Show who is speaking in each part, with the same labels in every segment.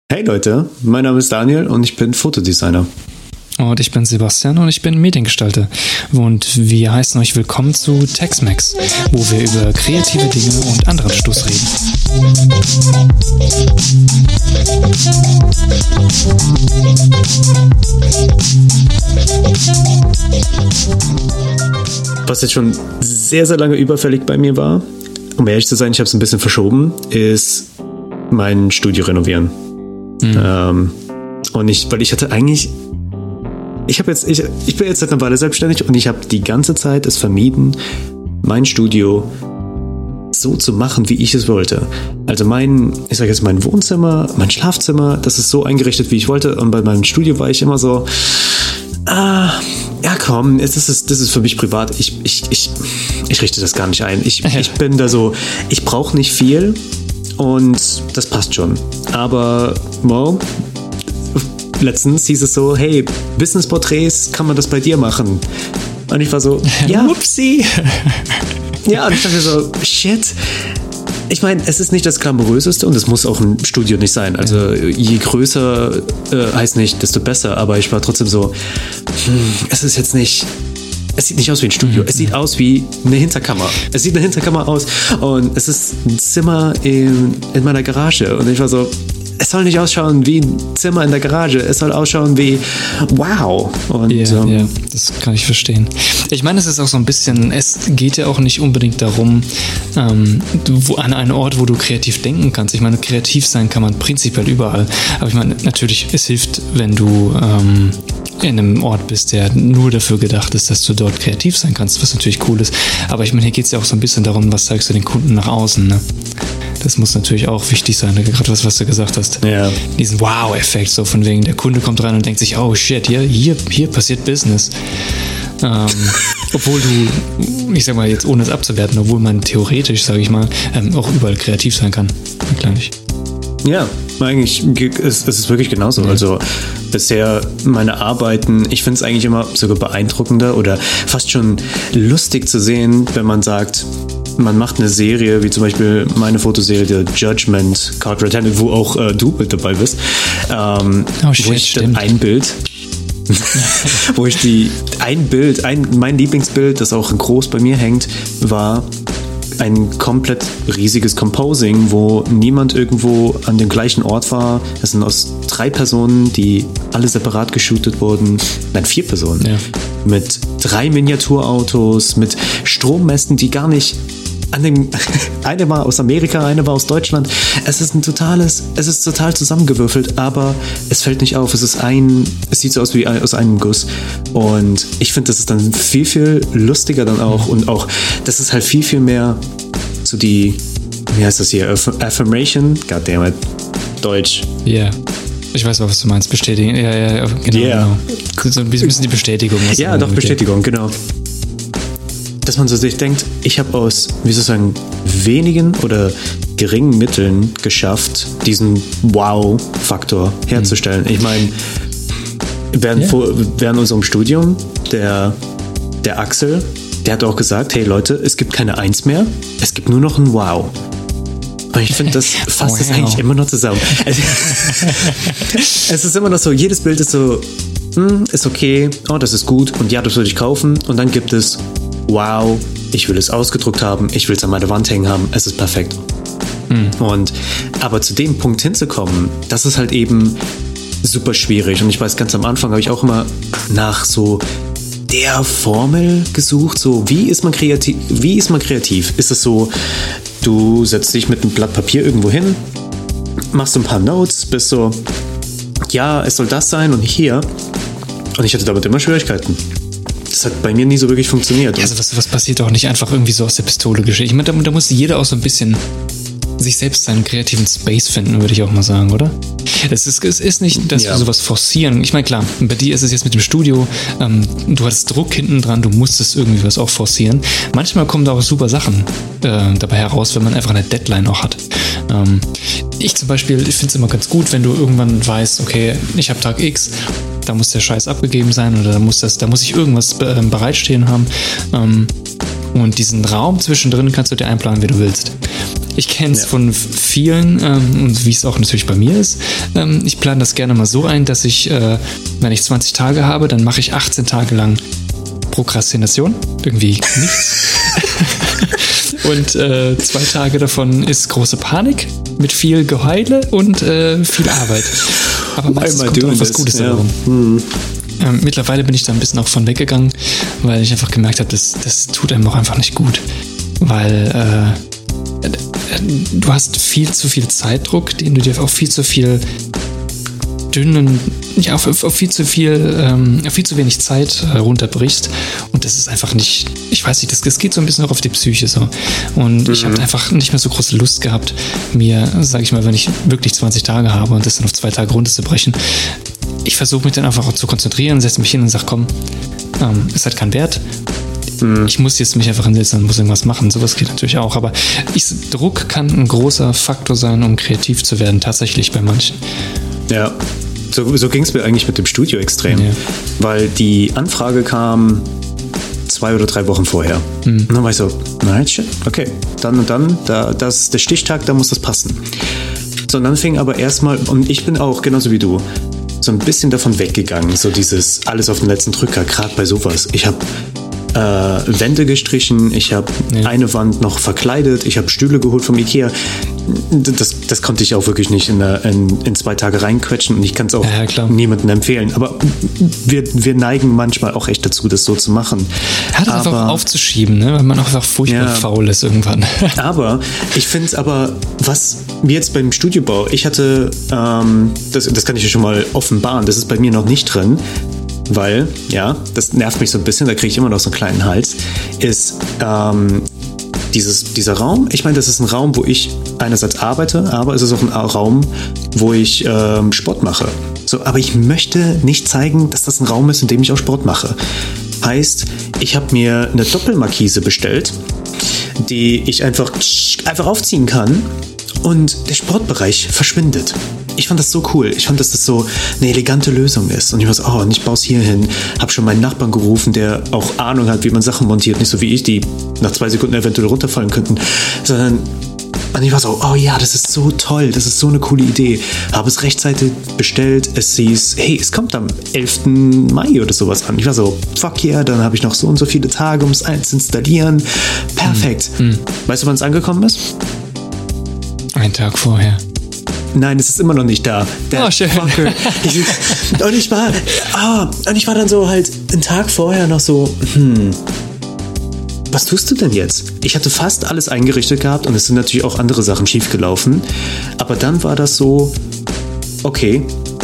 Speaker 1: Hey Leute, mein Name ist Daniel und ich bin Fotodesigner.
Speaker 2: Und ich bin Sebastian und ich bin Mediengestalter. Und wir heißen euch willkommen zu Tex-Mex, wo wir über kreative Dinge und anderen Stoß reden.
Speaker 1: Was jetzt schon sehr, sehr lange überfällig bei mir war, um ehrlich zu sein, ich habe es ein bisschen verschoben, ist mein Studio renovieren. Und ich bin jetzt seit einer Weile selbstständig und ich habe die ganze Zeit es vermieden, mein Studio so zu machen, wie ich es wollte. Also mein Wohnzimmer, mein Schlafzimmer, das ist so eingerichtet, wie ich wollte. Und bei meinem Studio war ich immer so, ja komm, das ist für mich privat. Ich richte das gar nicht ein. Ich bin da so, ich brauche nicht viel und das passt schon. Aber letztens hieß es so, hey, Business-Porträts, kann man das bei dir machen? Und ich war so, ja.
Speaker 2: Upsi.
Speaker 1: Ja, und ich dachte so, shit. Ich meine, es ist nicht das glamouröseste und es muss auch ein Studio nicht sein. Also je größer heißt nicht, desto besser. Aber ich war trotzdem so, es sieht nicht aus wie ein Studio. Es sieht aus wie eine Hinterkammer. Es sieht eine Hinterkammer aus und es ist ein Zimmer in meiner Garage. Und ich war so, es soll nicht ausschauen wie ein Zimmer in der Garage. Es soll ausschauen wie wow. Und,
Speaker 2: ja, das kann ich verstehen. Ich meine, es ist auch so ein bisschen, es geht ja auch nicht unbedingt darum, an einen Ort, wo du kreativ denken kannst. Ich meine, kreativ sein kann man prinzipiell überall. Aber ich meine, natürlich, es hilft, wenn du in einem Ort bist, der nur dafür gedacht ist, dass du dort kreativ sein kannst, was natürlich cool ist. Aber ich meine, hier geht es ja auch so ein bisschen darum, was zeigst du den Kunden nach außen, ne? Das muss natürlich auch wichtig sein, gerade was du gesagt hast.
Speaker 1: Ja.
Speaker 2: Diesen Wow-Effekt, so von wegen, der Kunde kommt rein und denkt sich, oh shit, hier passiert Business. Obwohl du, ich sag mal jetzt ohne es abzuwerten, obwohl man theoretisch, sage ich mal, auch überall kreativ sein kann. Glaube ich.
Speaker 1: Ja, eigentlich ist es wirklich genauso. Ja. Also bisher meine Arbeiten, ich finde es eigentlich immer sogar beeindruckender oder fast schon lustig zu sehen, wenn man sagt, man macht eine Serie, wie zum Beispiel meine Fotoserie, der Judgment Card Red Handed, wo auch du mit dabei bist. Wo ich dann ein Bild, mein Lieblingsbild, das auch groß bei mir hängt, war ein komplett riesiges Composing, wo niemand irgendwo an dem gleichen Ort war. Das sind aus 3 Personen, die alle separat geshootet wurden. Nein, 4 Personen. Ja. Mit 3 Miniaturautos, mit Strommästen, die gar nicht eine war aus Amerika, eine war aus Deutschland. Es ist total zusammengewürfelt, aber es fällt nicht auf. Es sieht so aus wie aus einem Guss. Und ich finde, das ist dann viel, viel lustiger dann auch. Und auch, das ist halt viel, viel mehr so wie heißt das hier? Affirmation? Goddammit. Deutsch.
Speaker 2: Ja. Yeah. Ich weiß, was du meinst. Bestätigen. Ja, genau. Yeah. Genau. So ein bisschen die Bestätigung.
Speaker 1: Ja, doch, Bestätigung, genau. Dass man so sich denkt, ich habe aus, wenigen oder geringen Mitteln geschafft, diesen Wow-Faktor herzustellen. Ich meine, während unserem Studium, der Axel, der hat auch gesagt, hey Leute, es gibt keine 1 mehr, es gibt nur noch ein Wow. Und ich finde, das fasst es eigentlich immer noch zusammen. Es ist immer noch so, jedes Bild ist so, ist okay, oh, das ist gut und ja, das würde ich kaufen. Und dann gibt es wow, ich will es ausgedruckt haben, ich will es an meiner Wand hängen haben, es ist perfekt. Aber zu dem Punkt hinzukommen, das ist halt eben super schwierig. Und ich weiß, ganz am Anfang habe ich auch immer nach so der Formel gesucht, so wie ist man kreativ? Ist es so, du setzt dich mit einem Blatt Papier irgendwo hin, machst so ein paar Notes, bist so, ja, es soll das sein und hier. Und ich hatte damit immer Schwierigkeiten. Das hat bei mir nie so wirklich funktioniert.
Speaker 2: Ja, also was passiert auch nicht einfach irgendwie so aus der Pistole geschehen. Ich meine, da muss jeder auch so ein bisschen sich selbst seinen kreativen Space finden, würde ich auch mal sagen, oder? Es ist nicht, dass wir sowas forcieren. Ich meine, klar, bei dir ist es jetzt mit dem Studio, du hattest Druck hinten dran, du musstest irgendwie was auch forcieren. Manchmal kommen da auch super Sachen dabei heraus, wenn man einfach eine Deadline auch hat. Ich zum Beispiel, ich finde es immer ganz gut, wenn du irgendwann weißt, okay, ich habe Tag X, da muss der Scheiß abgegeben sein oder da muss ich irgendwas bereitstehen haben. Und diesen Raum zwischendrin kannst du dir einplanen, wie du willst. Ich kenne es von vielen und wie es auch natürlich bei mir ist. Ich plane das gerne mal so ein, dass ich, wenn ich 20 Tage habe, dann mache ich 18 Tage lang Prokrastination. Irgendwie nichts. Und 2 Tage davon ist große Panik mit viel Geheule und viel Arbeit. Aber meistens kommt auch was Gutes darum. Mittlerweile bin ich da ein bisschen auch von weggegangen, weil ich einfach gemerkt habe, das tut einem auch einfach nicht gut. Weil du hast viel zu viel Zeitdruck, den du dir auf viel zu viel auf viel zu wenig Zeit runterbrichst. Und das ist einfach nicht, ich weiß nicht, das geht so ein bisschen auch auf die Psyche so. Und ich habe einfach nicht mehr so große Lust gehabt, mir, sag ich mal, wenn ich wirklich 20 Tage habe und das dann auf 2 Tage runterzubrechen, ich versuche mich dann einfach auch zu konzentrieren, setze mich hin und sage, komm, es hat keinen Wert. Ich muss jetzt mich einfach hinsetzen und muss irgendwas machen. Sowas geht natürlich auch. Aber Druck kann ein großer Faktor sein, um kreativ zu werden. Tatsächlich bei manchen.
Speaker 1: Ja, so ging es mir eigentlich mit dem Studio extrem. Ja. Weil die Anfrage kam 2 oder 3 Wochen vorher. Und dann war ich so, nein, shit, okay, dann und dann, das ist der Stichtag, da muss das passen. So, und dann fing aber erstmal, und ich bin auch, genauso wie du, so ein bisschen davon weggegangen. So dieses alles auf den letzten Drücker, gerade bei sowas. Ich habe Wände gestrichen, ich habe eine Wand noch verkleidet, ich habe Stühle geholt vom Ikea. Das konnte ich auch wirklich nicht in 2 Tage reinquetschen und ich kann es auch niemandem empfehlen. Aber wir neigen manchmal auch echt dazu, das so zu machen.
Speaker 2: Hat einfach aufzuschieben, ne? Weil man auch einfach furchtbar faul ist irgendwann.
Speaker 1: Aber ich finde es was mir jetzt beim Studiobau, ich hatte, das kann ich ja schon mal offenbaren, das ist bei mir noch nicht drin, weil, das nervt mich so ein bisschen, da kriege ich immer noch so einen kleinen Hals, ist dieser Raum, ich meine, das ist ein Raum, wo ich einerseits arbeite, aber es ist auch ein Raum, wo ich Sport mache. So, aber ich möchte nicht zeigen, dass das ein Raum ist, in dem ich auch Sport mache. Heißt, ich habe mir eine Doppelmarkise bestellt, die ich einfach aufziehen kann und der Sportbereich verschwindet. Ich fand das so cool. Ich fand, dass das so eine elegante Lösung ist. Und ich war so, und ich baue es hier hin. Hab schon meinen Nachbarn gerufen, der auch Ahnung hat, wie man Sachen montiert. Nicht so wie ich, die nach 2 Sekunden eventuell runterfallen könnten. Sondern, und ich war so, oh ja, das ist so toll. Das ist so eine coole Idee. Habe es rechtzeitig bestellt. Es hieß, hey, es kommt am 11. Mai oder sowas an. Ich war so, fuck yeah, dann habe ich noch so und so viele Tage, um es zu installieren. Perfekt. Weißt du, wann es angekommen ist?
Speaker 2: 1 Tag vorher.
Speaker 1: Nein, es ist immer noch nicht da.
Speaker 2: Schön.
Speaker 1: Und ich war dann so halt einen Tag vorher noch so, was tust du denn jetzt? Ich hatte fast alles eingerichtet gehabt und es sind natürlich auch andere Sachen schiefgelaufen. Aber dann war das so, okay,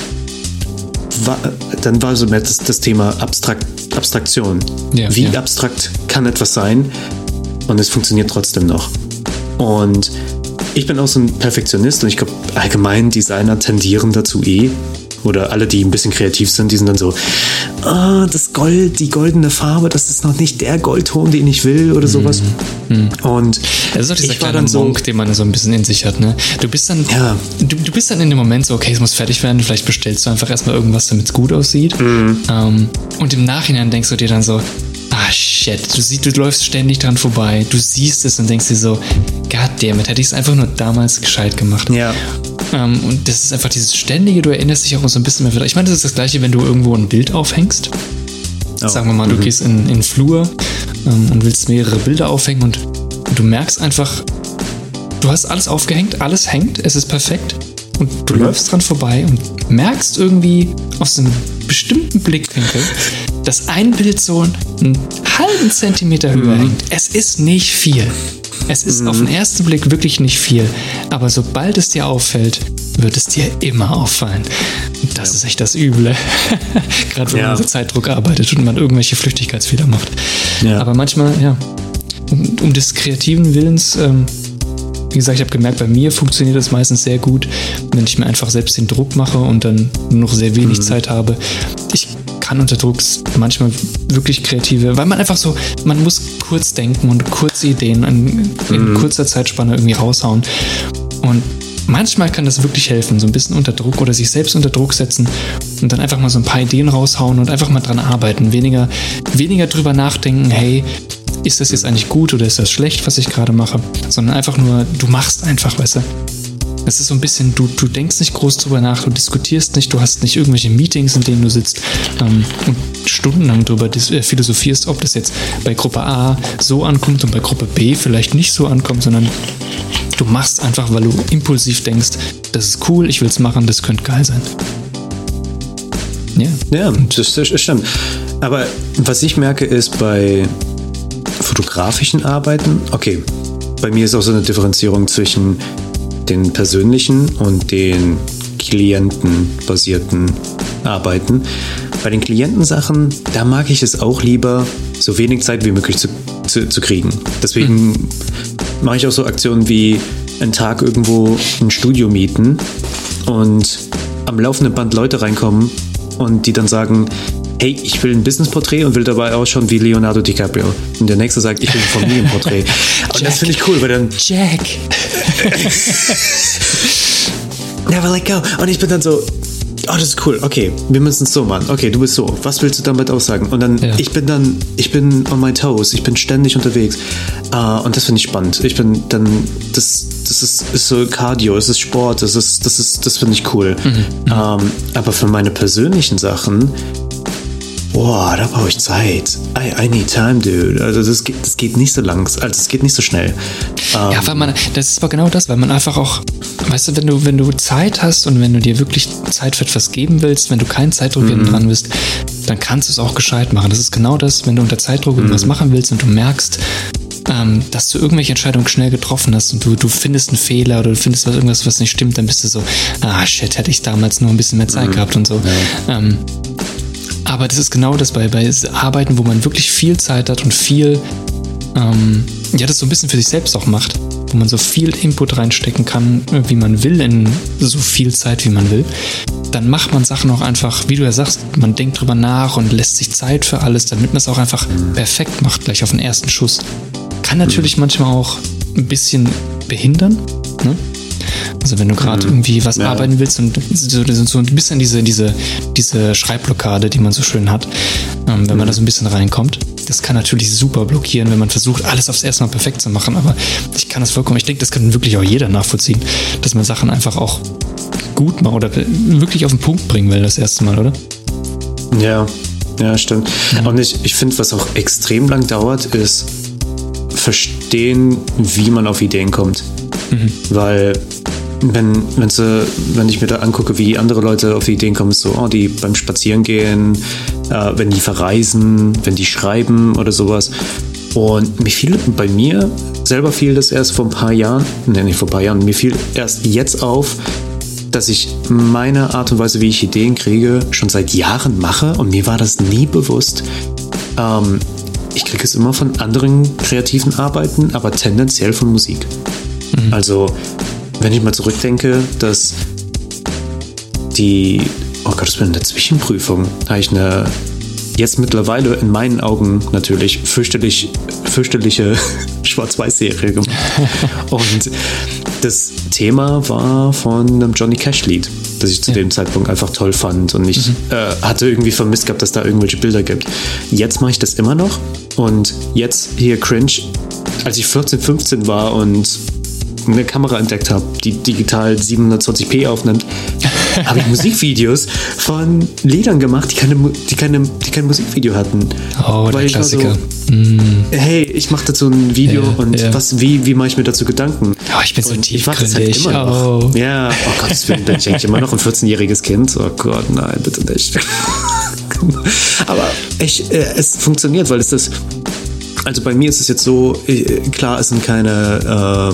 Speaker 1: dann war so mehr das Thema Abstraktion. Ja, wie abstrakt kann etwas sein und es funktioniert trotzdem noch. Und ich bin auch so ein Perfektionist und ich glaube, allgemein Designer tendieren dazu oder alle, die ein bisschen kreativ sind, die sind dann so, das Gold, die goldene Farbe, das ist noch nicht der Goldton, den ich will oder sowas. Und
Speaker 2: das ist auch dieser kleine Monk, den man so ein bisschen in sich hat, ne? Du bist dann in dem Moment so, okay, es muss fertig werden, vielleicht bestellst du einfach erstmal irgendwas, damit es gut aussieht. Und im Nachhinein denkst du dir dann so, shit, du läufst ständig dran vorbei, du siehst es und denkst dir so, goddammit, hätte ich es einfach nur damals gescheit gemacht. Ja. Und das ist einfach dieses ständige, du erinnerst dich auch so ein bisschen mehr wieder. Ich meine, das ist das Gleiche, wenn du irgendwo ein Bild aufhängst. Sagen wir mal, du gehst in den Flur und willst mehrere Bilder aufhängen und du merkst einfach, du hast alles aufgehängt, alles hängt, es ist perfekt und du läufst dran vorbei und merkst irgendwie aus einem bestimmten Blickwinkel, dass ein Bild so einen halben Zentimeter höher hängt. Es ist nicht viel. Es ist auf den ersten Blick wirklich nicht viel. Aber sobald es dir auffällt, wird es dir immer auffallen. Und das ist echt das Üble. Gerade wenn man unter Zeitdruck arbeitet und man irgendwelche Flüchtigkeitsfehler macht. Ja. Aber manchmal, um des kreativen Willens, wie gesagt, ich habe gemerkt, bei mir funktioniert das meistens sehr gut, wenn ich mir einfach selbst den Druck mache und dann nur noch sehr wenig Zeit habe. Ich kann unter Druck manchmal wirklich kreative, weil man einfach so, man muss kurz denken und kurze Ideen in kurzer Zeitspanne irgendwie raushauen. Und manchmal kann das wirklich helfen, so ein bisschen unter Druck oder sich selbst unter Druck setzen und dann einfach mal so ein paar Ideen raushauen und einfach mal dran arbeiten. Weniger drüber nachdenken, hey, ist das jetzt eigentlich gut oder ist das schlecht, was ich gerade mache, sondern einfach nur, du machst einfach, weißt du. Es ist so ein bisschen, du denkst nicht groß drüber nach, du diskutierst nicht, du hast nicht irgendwelche Meetings, in denen du sitzt und stundenlang drüber philosophierst, ob das jetzt bei Gruppe A so ankommt und bei Gruppe B vielleicht nicht so ankommt, sondern du machst einfach, weil du impulsiv denkst, das ist cool, ich will es machen, das könnte geil sein.
Speaker 1: Ja, das stimmt. Aber was ich merke, ist bei fotografischen Arbeiten, okay, bei mir ist auch so eine Differenzierung zwischen den persönlichen und den klientenbasierten Arbeiten. Bei den Klientensachen, da mag ich es auch lieber, so wenig Zeit wie möglich zu kriegen. Deswegen mache ich auch so Aktionen wie einen Tag irgendwo ein Studio mieten und am laufenden Band Leute reinkommen und die dann sagen, hey, ich will ein Businessporträt und will dabei ausschauen wie Leonardo DiCaprio. Und der nächste sagt, ich will ein Familienporträt. Und das finde ich cool, weil dann...
Speaker 2: Jack!
Speaker 1: Never let go. Und ich bin dann so, oh, das ist cool, okay, wir müssen es so machen. Okay, du bist so, was willst du damit aussagen? Und dann, ich bin on my toes, ich bin ständig unterwegs. Und das finde ich spannend. Ich bin dann, das ist so Cardio, es ist Sport, das finde ich cool. Aber für meine persönlichen Sachen, boah, da brauche ich Zeit. I need time, dude. Also das geht nicht so langsam, also es geht nicht so schnell.
Speaker 2: Ja, weil das ist aber genau das, weil man einfach auch, weißt du, wenn du Zeit hast und wenn du dir wirklich Zeit für etwas geben willst, wenn du keinen Zeitdruck dran bist, dann kannst du es auch gescheit machen. Das ist genau das, wenn du unter Zeitdruck irgendwas machen willst und du merkst, dass du irgendwelche Entscheidungen schnell getroffen hast und du findest einen Fehler oder du findest irgendwas, was nicht stimmt, dann bist du so, shit, hätte ich damals nur ein bisschen mehr Zeit gehabt und so. Ja. Aber das ist genau das bei Arbeiten, wo man wirklich viel Zeit hat und viel, das so ein bisschen für sich selbst auch macht, wo man so viel Input reinstecken kann, wie man will, in so viel Zeit, wie man will. Dann macht man Sachen auch einfach, wie du ja sagst, man denkt drüber nach und lässt sich Zeit für alles, damit man es auch einfach perfekt macht, gleich auf den ersten Schuss. Kann natürlich manchmal auch ein bisschen behindern, ne? Also wenn du gerade irgendwie was arbeiten willst und so ein bisschen diese Schreibblockade, die man so schön hat, wenn man da so ein bisschen reinkommt, das kann natürlich super blockieren, wenn man versucht, alles aufs erste Mal perfekt zu machen, aber ich denke, das kann wirklich auch jeder nachvollziehen, dass man Sachen einfach auch gut macht oder wirklich auf den Punkt bringen will das erste Mal, oder?
Speaker 1: Ja, stimmt. Und ich finde, was auch extrem lang dauert, ist verstehen, wie man auf Ideen kommt. Weil wenn ich mir da angucke, wie andere Leute auf Ideen kommen, ist so, die beim Spazierengehen, wenn die verreisen, wenn die schreiben oder sowas. Und bei mir selber fiel das erst vor ein paar Jahren, mir fiel erst jetzt auf, dass ich meine Art und Weise, wie ich Ideen kriege, schon seit Jahren mache und mir war das nie bewusst. Ich kriege es immer von anderen kreativen Arbeiten, aber tendenziell von Musik. Also, wenn ich mal zurückdenke, dass in der Zwischenprüfung habe ich eine jetzt mittlerweile in meinen Augen natürlich fürchterliche Schwarz-Weiß-Serie gemacht. Und das Thema war von einem Johnny Cash-Lied, das ich zu dem Zeitpunkt einfach toll fand und ich hatte irgendwie vermisst gehabt, dass da irgendwelche Bilder gibt. Jetzt mache ich das immer noch und jetzt hier cringe, als ich 14, 15 war und eine Kamera entdeckt habe, die digital 720p aufnimmt, habe ich Musikvideos von Liedern gemacht, die kein Musikvideo hatten.
Speaker 2: Oh, der Klassiker.
Speaker 1: Hey, ich mache dazu ein Video und wie mache ich mir dazu Gedanken?
Speaker 2: Oh, ich bin so tiefgründig.
Speaker 1: Halt immer noch. Ja, oh Gott, bin ich eigentlich immer noch ein 14-jähriges Kind? Oh Gott, nein, bitte nicht. Aber es funktioniert, weil also bei mir ist es jetzt so, klar, es sind keine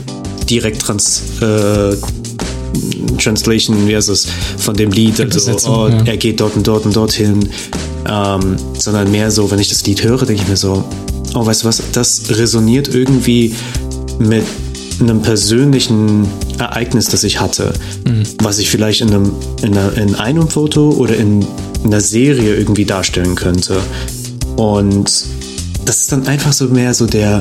Speaker 1: Translation, wie heißt es, von dem Lied, also er geht dort und dort und dorthin, sondern mehr so, wenn ich das Lied höre, denke ich mir so, weißt du was, das resoniert irgendwie mit einem persönlichen Ereignis, das ich hatte, was ich vielleicht in einem Foto oder in einer Serie irgendwie darstellen könnte. Und das ist dann einfach so mehr so der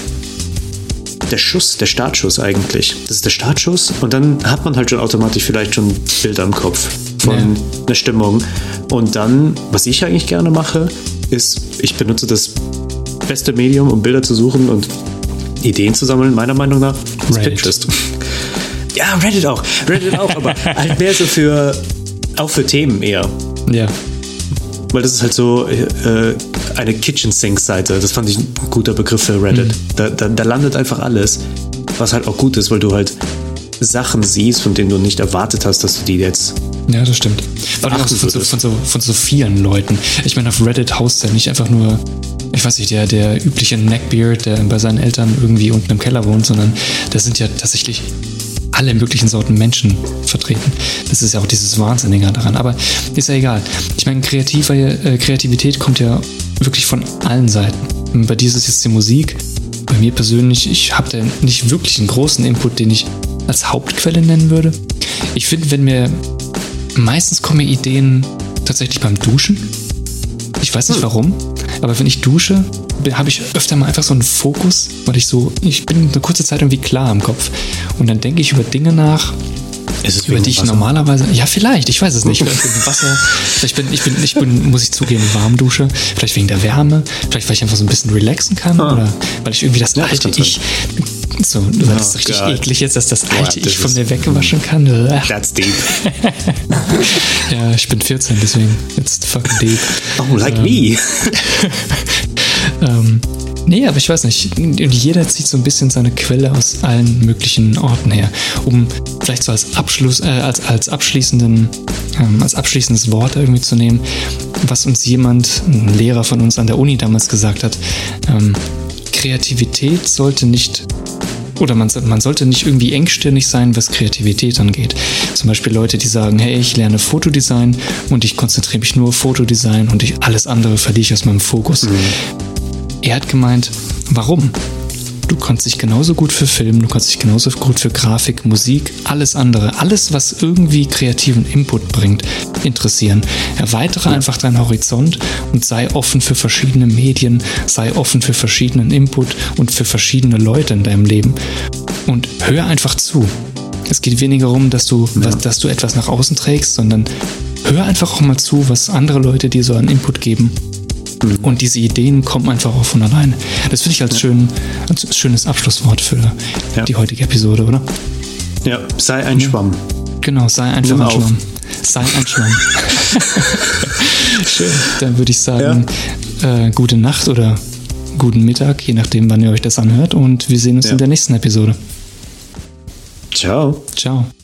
Speaker 1: Startschuss eigentlich. Das ist der Startschuss und dann hat man halt schon automatisch vielleicht schon Bilder im Kopf von einer Stimmung. Und dann, was ich eigentlich gerne mache, ist, ich benutze das beste Medium, um Bilder zu suchen und Ideen zu sammeln, meiner Meinung nach, ist Pinterest. Ja, Reddit auch, aber halt mehr so auch für Themen eher.
Speaker 2: Ja.
Speaker 1: Weil das ist halt so eine Kitchen-Sink-Seite. Das fand ich ein guter Begriff für Reddit. Da landet einfach alles, was halt auch gut ist, weil du halt Sachen siehst, von denen du nicht erwartet hast, dass du die jetzt...
Speaker 2: Ja, das stimmt. Vor allem von so vielen Leuten. Ich meine, auf Reddit haust ja nicht einfach nur, ich weiß nicht, der übliche Neckbeard, der bei seinen Eltern irgendwie unten im Keller wohnt, sondern da sind ja tatsächlich alle möglichen Sorten Menschen vertreten. Das ist ja auch dieses Wahnsinnige daran. Aber ist ja egal. Ich meine, Kreativität kommt ja wirklich von allen Seiten. Bei dir ist es jetzt die Musik. Bei mir persönlich, ich habe da nicht wirklich einen großen Input, den ich als Hauptquelle nennen würde. Ich finde, meistens kommen mir Ideen tatsächlich beim Duschen. Ich weiß nicht warum, aber wenn ich dusche, habe ich öfter mal einfach so einen Fokus, weil ich bin eine kurze Zeit irgendwie klar im Kopf. Und dann denke ich über Dinge nach, über die ich normalerweise, ja vielleicht, ich weiß es nicht, vielleicht wegen Wasser, ich bin, muss ich zugeben, Warmdusche, vielleicht wegen der Wärme, vielleicht weil ich einfach so ein bisschen relaxen kann oder weil ich irgendwie das alte Ich, so, weil das richtig eklig ist, dass das alte Ich von mir wegwaschen kann.
Speaker 1: That's deep.
Speaker 2: Ja, ich bin 14, deswegen it's fucking deep.
Speaker 1: Oh, like me.
Speaker 2: Nee, aber ich weiß nicht, jeder zieht so ein bisschen seine Quelle aus allen möglichen Orten her, um vielleicht so als Abschluss, als abschließendes Wort irgendwie zu nehmen, was uns ein Lehrer von uns an der Uni damals gesagt hat. Kreativität sollte nicht, oder man sollte nicht irgendwie engstirnig sein, was Kreativität angeht. Zum Beispiel Leute, die sagen, hey, ich lerne Fotodesign und ich konzentriere mich nur auf Fotodesign und alles andere verliere ich aus meinem Fokus. Er hat gemeint, warum? Du kannst dich genauso gut für Film, du kannst dich genauso gut für Grafik, Musik, alles andere, alles, was irgendwie kreativen Input bringt, interessieren. Erweitere einfach deinen Horizont und sei offen für verschiedene Medien, sei offen für verschiedenen Input und für verschiedene Leute in deinem Leben. Und hör einfach zu. Es geht weniger darum, dass du etwas nach außen trägst, sondern hör einfach auch mal zu, was andere Leute dir so an Input geben. Und diese Ideen kommen einfach auch von alleine. Das finde ich als schönes Abschlusswort für die heutige Episode, oder?
Speaker 1: Ja, sei ein Schwamm.
Speaker 2: Genau, sei einfach ein Schwamm. Sei ein Schwamm. Schön. Dann würde ich sagen, gute Nacht oder guten Mittag, je nachdem, wann ihr euch das anhört. Und wir sehen uns in der nächsten Episode.
Speaker 1: Ciao.
Speaker 2: Ciao.